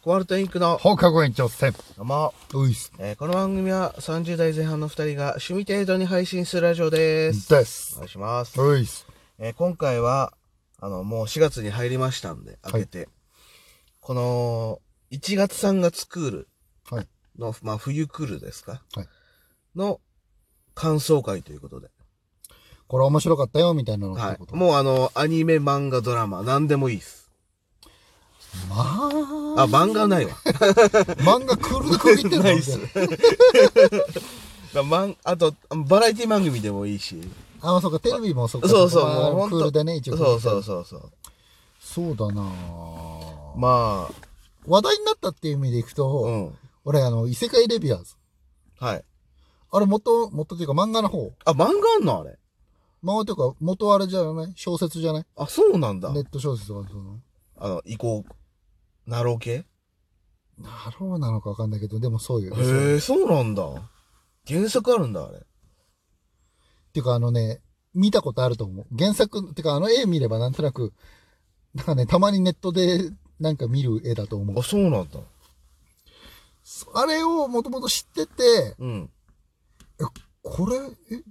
コバルトインクの放課後延長戦。 どうも、 ういっす。 この番組は30代前半の2人が趣味程度に配信するラジオです。 ですお願いします。 ういっす。 今回はもう4月に入りましたんで、開けて、この1月3月クールの、まあ冬クールですか、の感想会ということで。 これ面白かったよ、みたいなのってこと。 もうアニメ、漫画、ドラマ、何でもいいです。漫画ないわ。 漫画クールで区切ってるのないっす。あと、バラエティ番組でもいいし。 そうか、テレビもそうか。 そう、 もうクールでね、一応。 そう。 そうだなまあ。 話題になったっていう意味でいくと、俺、異世界レビュアーズ。 はい。 あれ、元っていうか漫画の方。 漫画あんのあれ。 漫画っていうか、元あれじゃない小説じゃない？ そうなんだ。 ネット小説とか、 ナロー系？ ナローなのかわかんないけど、でもそういう。 へえ、そうなんだ。原作あるんだ、あれ。 っていうか見たことあると思う。原作、ってか絵見ればなんとなく、なんかね、たまにネットでなんか見る絵だと思う。 そうなんだ。 あれをもともと知ってて、これ、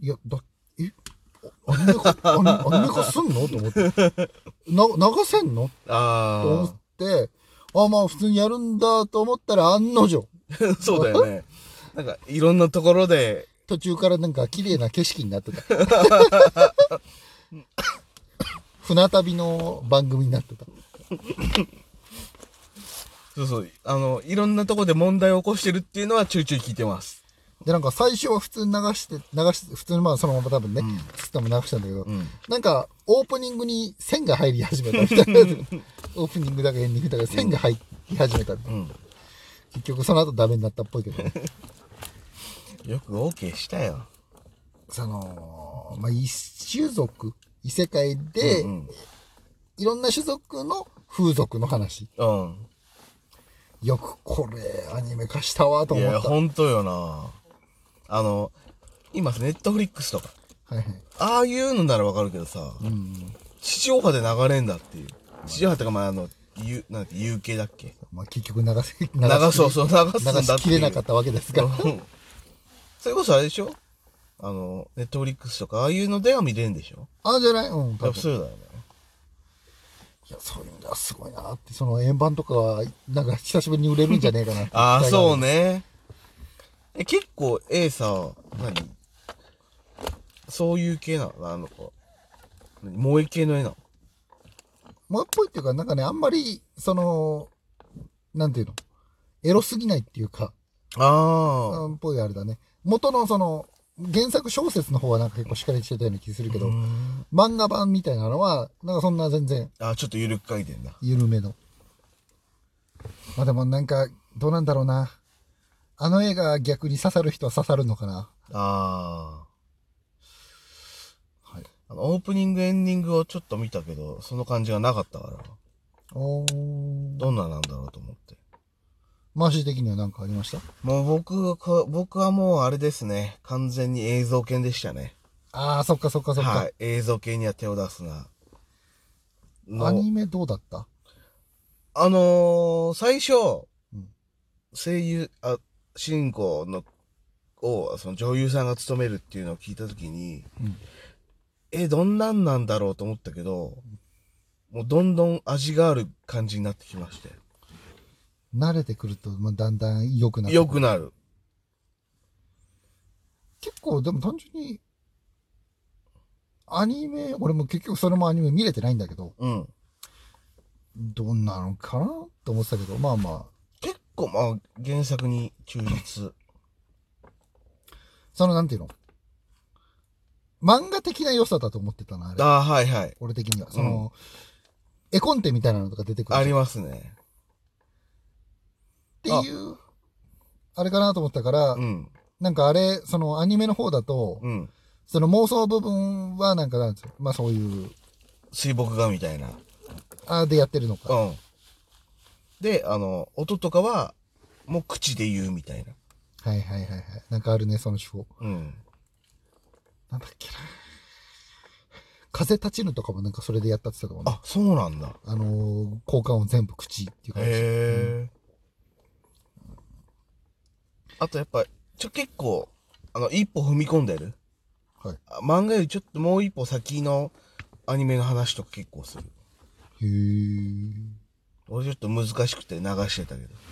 アニメ化すんのと思って。流せんのと思って、まあ普通にやるんだと思ったら案の定。 そうだよね。なんかいろんなところで。 途中からなんか綺麗な景色になってた。船旅の番組になってた。 そう。いろんなとこで問題を起こしてるっていうのはちょいちょい聞いてます。 で、なんか最初は普通に流して、普通にまあそのまま多分ね、ツイッターも流したんだけど、なんかオープニングに線が入り始めたみたいな。オープニングだかエンディングだか線が入り始めた。結局その後ダメになったっぽいけどね。 よく OK したよ。 まあ、異世界で、いろんな種族の風俗の話。よくこれ、アニメ化したわと思った。 いや、ほんとよな。今、ネットフリックスとか。ああいうのならわかるけどさ、地上波で流れんだっていう。地上波ってか、まあ、なんて、有形だっけ？ まあ、結局流すんだっていう。 流しきれなかったわけですから。 それこそあれでしょ？ネットフリックスとか、ああいうのでは見れるんでしょ？ じゃない？ やっぱそうだよね。 いや、そういうのはすごいなって、その円盤とかは、なんか久しぶりに売れるんじゃねえかなって。 そうね。結構、さ、そういう系なの？萌え系の絵なの？ 萌えっぽいっていうか、なんかね、あんまり、なんていうの、エロすぎないっていうか、っぽいあれだね。元の原作小説の方はなんか結構しっかりしてたような気するけど、漫画版みたいなのは、なんかそんな全然。 ちょっと緩く書いてんだ。 緩めの。まあでもなんか、どうなんだろうな。あの絵が逆に刺さる人は刺さるのかな。 オープニングエンディングをちょっと見たけど、その感じがなかったから。どんななんだろうと思って。 マジ的には何かありました？ もう僕はもうあれですね。完全に映像系でしたね。 そっか。 はい。映像系には手を出すな。 アニメどうだった？ 最初、声優、主人公を、その女優さんが務めるっていうのを聞いたときに、どんなんなんだろうと思ったけど、もうどんどん味がある感じになってきまして。 慣れてくると、まあ、だんだん良くなる。 良くなる。 結構、でも単純に、俺も結局それもアニメ見れてないんだけど、どんなのかなと思ってたけど、まあまあ。 結構、原作に忠実。 なんていうの？漫画的な良さだと思ってたな、あれ。 はい。 俺的には。絵コンテみたいなのとか出てくる。 ありますね。 っていう、あれかなと思ったから、なんかあれ、アニメの方だと、その妄想部分はなんかなんですよ。まあそういう。 水墨画みたいな。 でやってるのか。 で、音とかは、もう口で言うみたいな。 はい。なんかあるね、その手法。なんだっけな。風立ちぬとかもなんかそれでやったって言ってたかもね。 そうなんだ。 効果音全部口っていう感じ。 あとやっぱ、結構、一歩踏み込んでる。 はい。 漫画よりちょっともう一歩先のアニメの話とか結構する。 へー。 俺ちょっと難しくて流してたけど。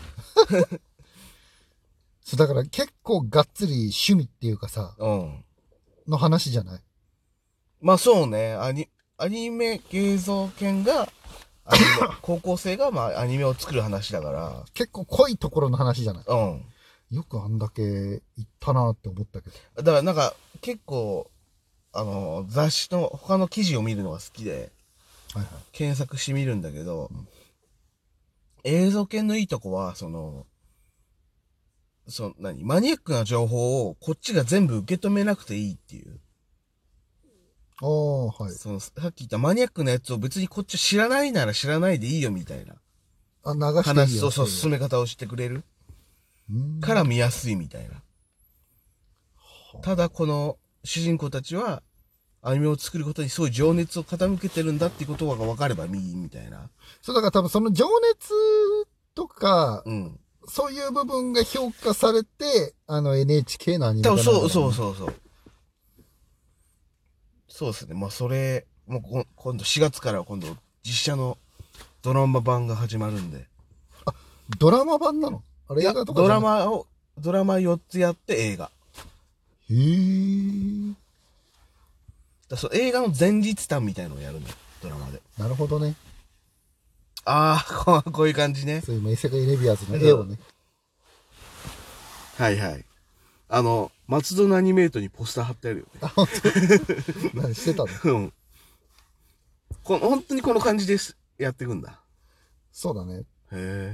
そう、だから結構がっつり趣味っていうかさ、 うん。 の話じゃない？ まあそうね、アニメ映像研が、高校生がまあアニメを作る話だか結構濃いところの話じゃない？ ら、うん。 よくあんだけ言ったなって思ったけど。 だからなんか、結構、雑誌の他の記事を見るのが好きで、 はいはい。 検索してみるんだけど、映像研のいいとこは、マニアックな情報をこっちが全部受け止めなくていいっていう。 ああ、はい。 さっき言ったマニアックなやつを別にこっち知らないなら知らないでいいよみたいな。 あ、流していいよ。 進め方をしてくれる。から見やすいみたいな。ただこの主人公たちは、アニメを作ることにすごい情熱を傾けてるんだっていうことが分かればいいみたいな。 そう、だから多分その情熱とか、 うん。 そういう部分が評価されて、NHK のアニメ多分化なんだろうね。 そう。そうですね。まあそれ、もう今度4月から今度実写のドラマ版が始まるんで。 あ、ドラマ版なの？あれ映画とかドラマ4つやって映画。 へー。 そう映画の前日談みたいのをやるんだよ。ドラマで。 なるほどね。 ああ、こういう感じね。 そういう異世界レビアーズの絵をね。 はいはい。松戸のアニメートにポスター貼ってあるよね。 あ、本当？何してたの？ うん。本当にこの感じです。やっていくんだ。 そうだね。 へえ。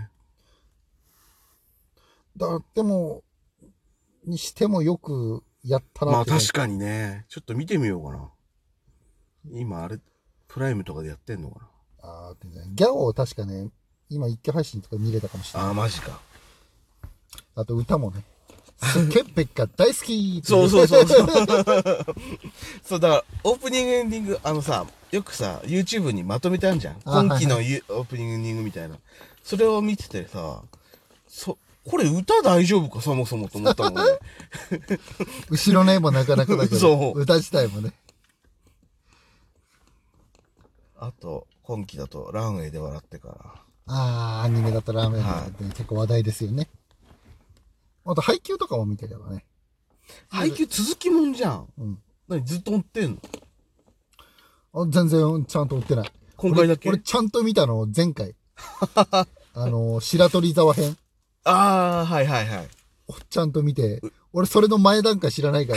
でも、にしてもよくやったなまあって感じ。 確かにね。ちょっと見てみようかな。今あれ、プライムとかでやってんのかな。 あーってね。ギャオ確かね、今一挙配信とか見れたかもしれない。 ああ、マジか。 あと歌もね。ケンペッカ大好きってそう。そう、だから、オープニングエンディング、よくさ、YouTube にまとめてあるじゃん。今期のオープニングエンディングみたいな。それを見ててさ、これ歌大丈夫かそもそもと思ったもんね。 後ろの絵もなかなかだけど、 そう。 歌自体もね。 あと、今期だと、ランウェイで笑ってから。 あー、アニメだとラーメンはって結構話題ですよね。あと、配給とかも見てればね。 配給続きもんじゃん。 うん。 何ずっと追ってんの？ あ、全然ちゃんと追ってない。 今回だけ？ 俺ちゃんと見たの前回。白鳥沢編。 ああ、はい。 ちゃんと見て、俺それの前段階知らないから、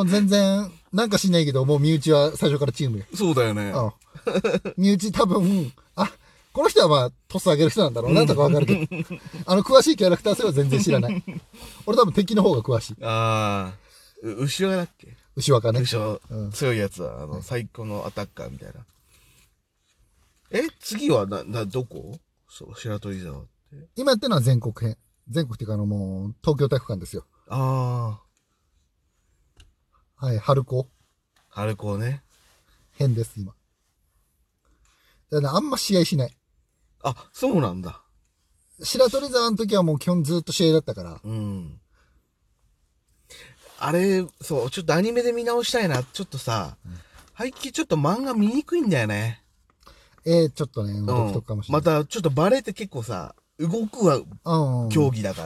全然、なんか知んないけど、もう身内は最初からチームよ。 そうだよね。 身内多分、この人はまあ、トス上げる人なんだろうなとかわかるけど、詳しいキャラクター性は全然知らない。俺多分敵の方が詳しい。 ああ、後ろだっけ？ 牛若ね。 後ろ、強いやつは、最高のアタッカーみたいな。次はどこ？そう、白鳥沢って。 今やってるのは全国編。全国っていうかもう、東京体育館ですよ。 あはい、春高春高ね。 編です、今。だからあんま試合しない。 あ、そうなんだ。 白鳥沢の時はもう基本ずっと試合だったから。 うん。あれ、そう、ちょっとアニメで見直したいな。ちょっとさ、配球ちょっと漫画見にくいんだよね。 ちょっとね、独特かもしれない。 また、ちょっとバレーって結構さ、動くは競技だから、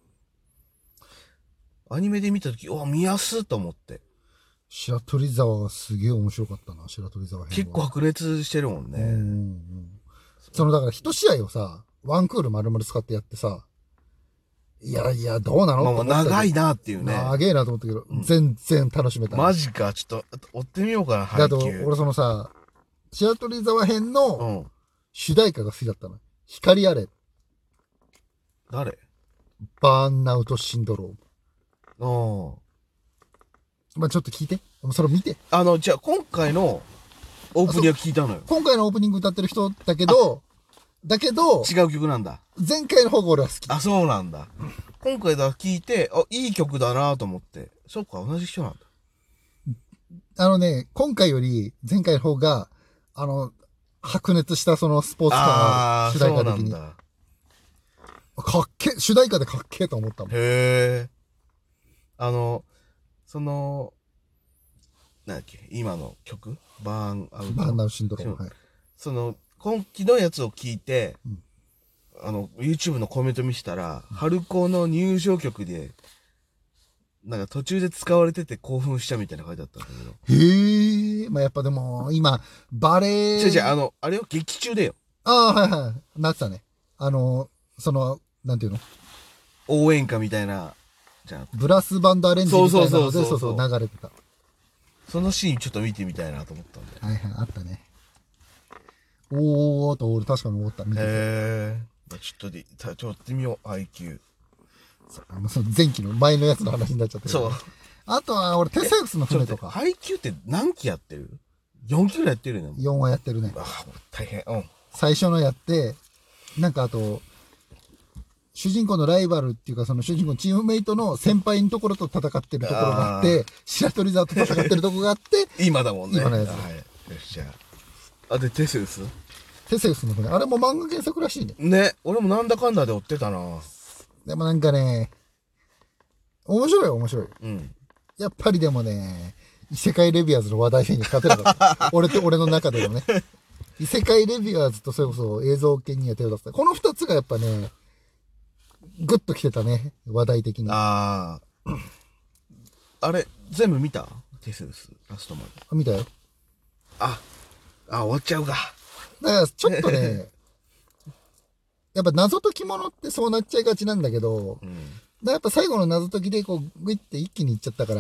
アニメで見たとき、見やすと思って。 白鳥沢がすげえ面白かったな、白鳥沢編。 結構白熱してるもんね。 だから一試合をさ、ワンクール丸々使ってやってさ、いや、どうなの？ 長いなっていうね。 長えなと思ったけど、全然楽しめた。 マジか、ちょっと、追ってみようかな、 配球。俺そのさ、白鳥沢編の主題歌が好きだったの。光あれ。 誰？ バーンアウトシンドローム。まあちょっと聞いて。それ見て。 じゃあ今回のオープニングは聞いたのよ。 今回のオープニング歌ってる人だけど、 違う曲なんだ。 前回の方が俺は好き。 あ、そうなんだ。今回だ聞いて、いい曲だなと思って。そっか、同じ人なんだ。今回より前回の方が、白熱したそのスポーツカーの主題歌的に。 かっけ、主題歌でかっけえと思ったもん。 へえ。なんだっけ、今の曲バーンアウト。 バーンアウトシンドローム。はい。 今期のやつを聞いて、YouTube のコメント見せたら、春高の入場曲で、なんか途中で使われてて興奮したみたいな書いてあったんだけど。 へえ。まあ、やっぱでも、今、バレー。 あれを劇中でよ。 ああ、はいはい。なってたね。なんていうの応援歌みたいな、じゃん。 ブラスバンドアレンジみたいなので、 そう流れてた。 そのシーンちょっと見てみたいなと思ったんで。 はいはい、あったね。おーと、俺確かに思った。見てて。 へー。ちょっとやってみよう、IQ。 その前期の前のやつの話になっちゃってる、 そう。 あとは、俺、テセウスの船とか。 配給って何期やってる ?4 期ぐらいやってるよね。 4はやってるね。 大変。うん。 最初のやって、なんかあと、主人公のライバルっていうか、その主人公のチームメイトの先輩のところと戦ってるところがあって、白鳥沢と戦ってるところがあって、 今だもんね。 今のやつ。 はい。よし、じゃあ。で、テセウスの船。あれも漫画原作らしいね。 ね。俺もなんだかんだで追ってたな。 でもなんかね、面白い。 うん。 やっぱりでもね、異世界レビアーズの話題に勝てなかった。俺の中でもね。異世界レビアーズとそれこそ映像系には手を出した。この二つがやっぱね、グッと来てたね。話題的に。 あれ、全部見たテセウス、ラストまで。 見たよ。 終わっちゃうか。 だからちょっとね、やっぱ謎解き物ってそうなっちゃいがちなんだけど、やっぱ最後の謎解きでこう、グイって一気にいっちゃったから、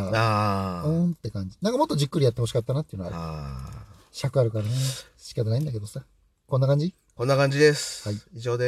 って感じ。なんかもっとじっくりやってほしかったなっていうのはある。尺あるからね。仕方ないんだけどさ。こんな感じです。 はい。 以上です。